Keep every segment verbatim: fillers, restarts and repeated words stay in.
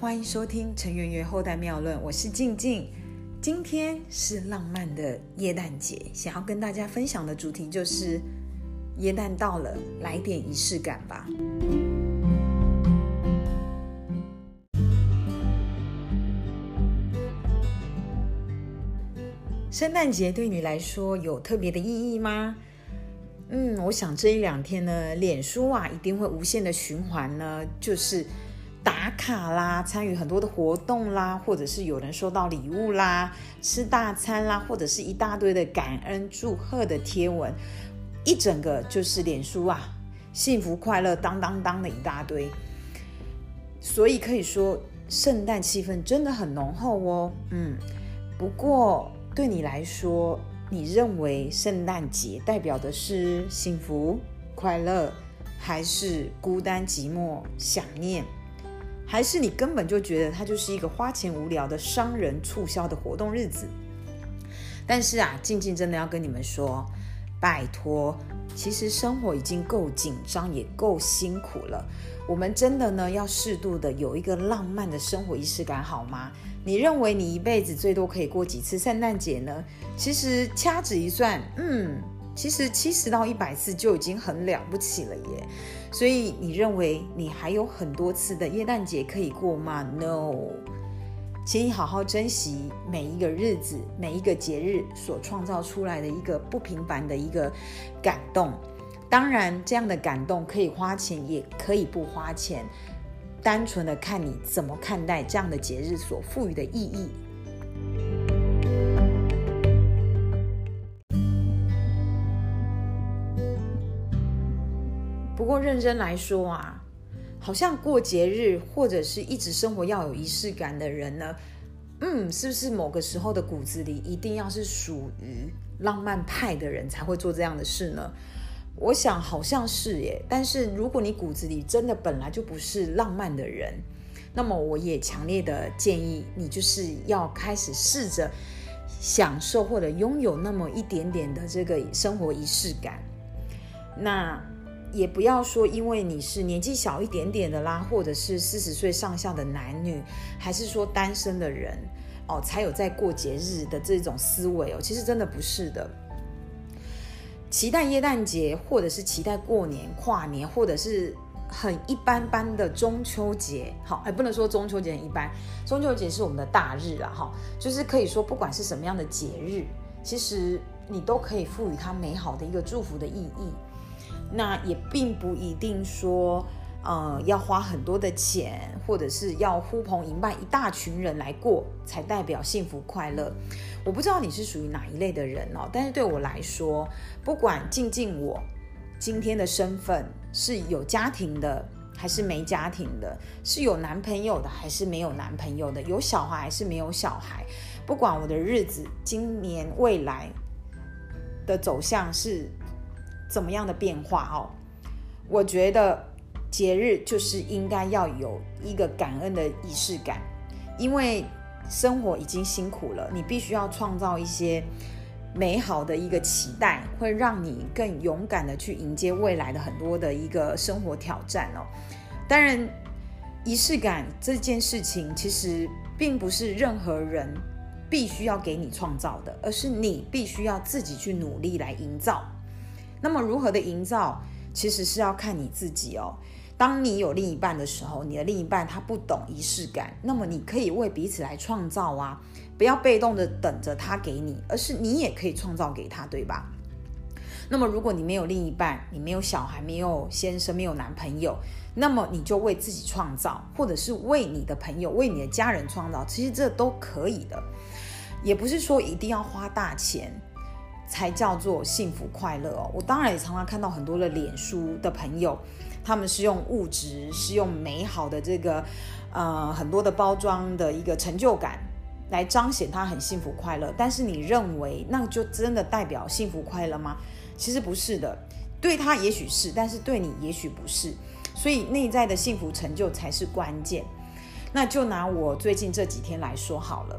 欢迎收听陈圆圆后代妙论，我是静静。今天是浪漫的耶诞节，想要跟大家分享的主题就是耶诞到了，来点仪式感吧。圣诞节对你来说有特别的意义吗？嗯，我想这一两天呢，脸书啊一定会无限的循环呢，就是打卡啦，参与很多的活动啦，或者是有人收到礼物啦，吃大餐啦，或者是一大堆的感恩祝贺的贴文，一整个就是脸书啊，幸福快乐当当当的一大堆。所以可以说圣诞气氛真的很浓厚哦。嗯，不过对你来说，你认为圣诞节代表的是幸福快乐，还是孤单寂寞想念，还是你根本就觉得它就是一个花钱无聊的商人促销的活动日子？但是啊，静静真的要跟你们说，拜托，其实生活已经够紧张也够辛苦了，我们真的呢要适度的有一个浪漫的生活仪式感好吗？你认为你一辈子最多可以过几次圣诞节呢？其实掐指一算，嗯，其实七十到一百次就已经很了不起了耶。所以你认为你还有很多次的耶诞节可以过吗？ No， 请你好好珍惜每一个日子，每一个节日所创造出来的一个不平凡的一个感动。当然，这样的感动可以花钱，也可以不花钱，单纯的看你怎么看待这样的节日所赋予的意义。不过认真来说啊，好像过节日或者是一直生活要有仪式感的人呢，嗯，是不是某个时候的骨子里一定要是属于浪漫派的人才会做这样的事呢？我想好像是耶，但是如果你骨子里真的本来就不是浪漫的人，那么我也强烈的建议你就是要开始试着享受或者拥有那么一点点的这个生活仪式感。那也不要说因为你是年纪小一点点的啦，或者是四十岁上下的男女，还是说单身的人哦，才有在过节日的这种思维哦，其实真的不是的。期待耶诞节，或者是期待过年跨年，或者是很一般般的中秋节，好，哎，不能说中秋节很一般，中秋节是我们的大日啦，哈，就是可以说不管是什么样的节日，其实你都可以赋予它美好的一个祝福的意义。那也并不一定说呃，要花很多的钱，或者是要呼朋引伴一大群人来过才代表幸福快乐。我不知道你是属于哪一类的人哦，但是对我来说，不管静静我今天的身份是有家庭的还是没家庭的，是有男朋友的还是没有男朋友的，有小孩还是没有小孩，不管我的日子今年未来的走向是怎么样的变化哦，我觉得节日就是应该要有一个感恩的仪式感，因为生活已经辛苦了，你必须要创造一些美好的一个期待，会让你更勇敢的去迎接未来的很多的一个生活挑战哦。当然，仪式感这件事情其实并不是任何人必须要给你创造的，而是你必须要自己去努力来营造。那么如何的营造，其实是要看你自己哦。当你有另一半的时候，你的另一半他不懂仪式感，那么你可以为彼此来创造啊，不要被动的等着他给你，而是你也可以创造给他，对吧？那么如果你没有另一半，你没有小孩，没有先生，没有男朋友，那么你就为自己创造，或者是为你的朋友，为你的家人创造，其实这都可以的。也不是说一定要花大钱才叫做幸福快乐哦。我当然也常常看到很多的脸书的朋友，他们是用物质，是用美好的这个呃很多的包装的一个成就感来彰显他很幸福快乐，但是你认为那就真的代表幸福快乐吗？其实不是的，对他也许是，但是对你也许不是，所以内在的幸福成就才是关键。那就拿我最近这几天来说好了，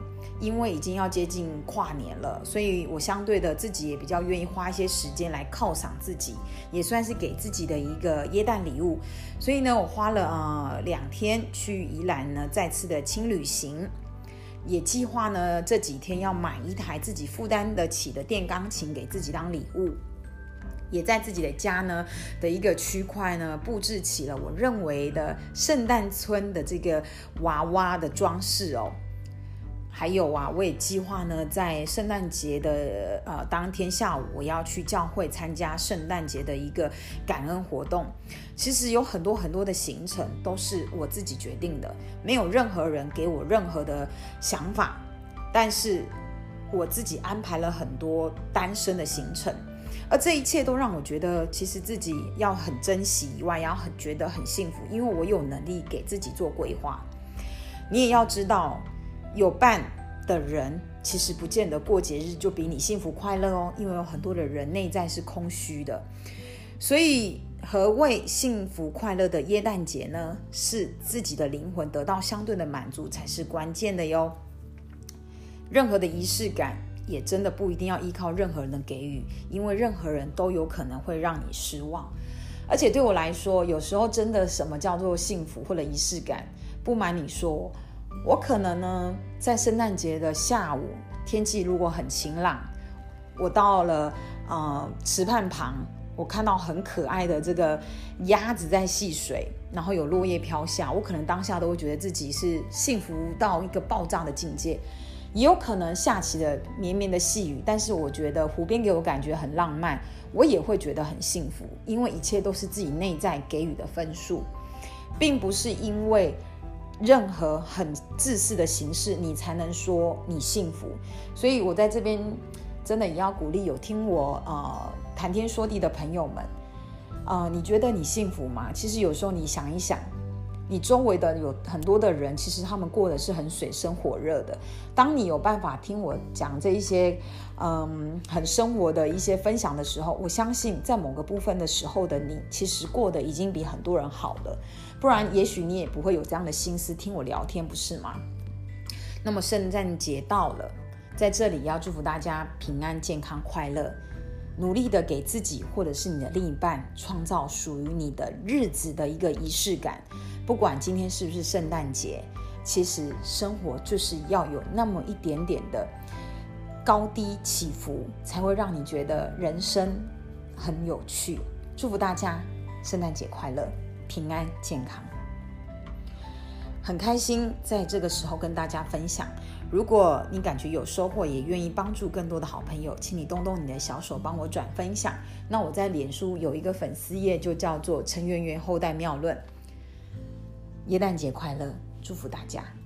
因为已经要接近跨年了，所以我相对的自己也比较愿意花一些时间来犒赏自己，也算是给自己的一个耶诞礼物。所以呢，我花了呃两天去宜兰呢再次的轻旅行，也计划呢这几天要买一台自己负担得起的电钢琴给自己当礼物。也在自己的家呢的一个区块呢布置起了我认为的圣诞村的这个娃娃的装饰哦。还有啊，我也计划呢在圣诞节的呃当天下午，我要去教会参加圣诞节的一个感恩活动。其实有很多很多的行程都是我自己决定的，没有任何人给我任何的想法，但是我自己安排了很多单身的行程。而这一切都让我觉得其实自己要很珍惜以外，要很觉得很幸福，因为我有能力给自己做规划。你也要知道，有伴的人其实不见得过节日就比你幸福快乐哦，因为有很多的人内在是空虚的。所以何谓幸福快乐的耶诞节呢？是自己的灵魂得到相对的满足才是关键的哟。任何的仪式感也真的不一定要依靠任何人的给予，因为任何人都有可能会让你失望。而且对我来说，有时候真的什么叫做幸福或者仪式感，不瞒你说，我可能呢在圣诞节的下午，天气如果很晴朗，我到了呃池畔旁，我看到很可爱的这个鸭子在戏水，然后有落叶飘下，我可能当下都会觉得自己是幸福到一个爆炸的境界。也有可能下起了绵绵的细雨，但是我觉得湖边给我感觉很浪漫，我也会觉得很幸福，因为一切都是自己内在给予的分数，并不是因为任何很自私的形式你才能说你幸福。所以我在这边真的也要鼓励有听我呃谈天说地的朋友们，呃，你觉得你幸福吗？其实有时候你想一想，你周围的有很多的人，其实他们过的是很水深火热的。当你有办法听我讲这一些嗯很生活的一些分享的时候，我相信在某个部分的时候的你，其实过得已经比很多人好了，不然也许你也不会有这样的心思听我聊天，不是吗？那么圣诞节到了，在这里要祝福大家平安健康快乐，努力的给自己或者是你的另一半创造属于你的日子的一个仪式感。不管今天是不是圣诞节，其实生活就是要有那么一点点的高低起伏，才会让你觉得人生很有趣。祝福大家圣诞节快乐，平安健康。很开心在这个时候跟大家分享，如果你感觉有收获，也愿意帮助更多的好朋友，请你动动你的小手帮我转分享。那我在脸书有一个粉丝页，就叫做陈圆圆后代妙论。耶诞节快乐，祝福大家。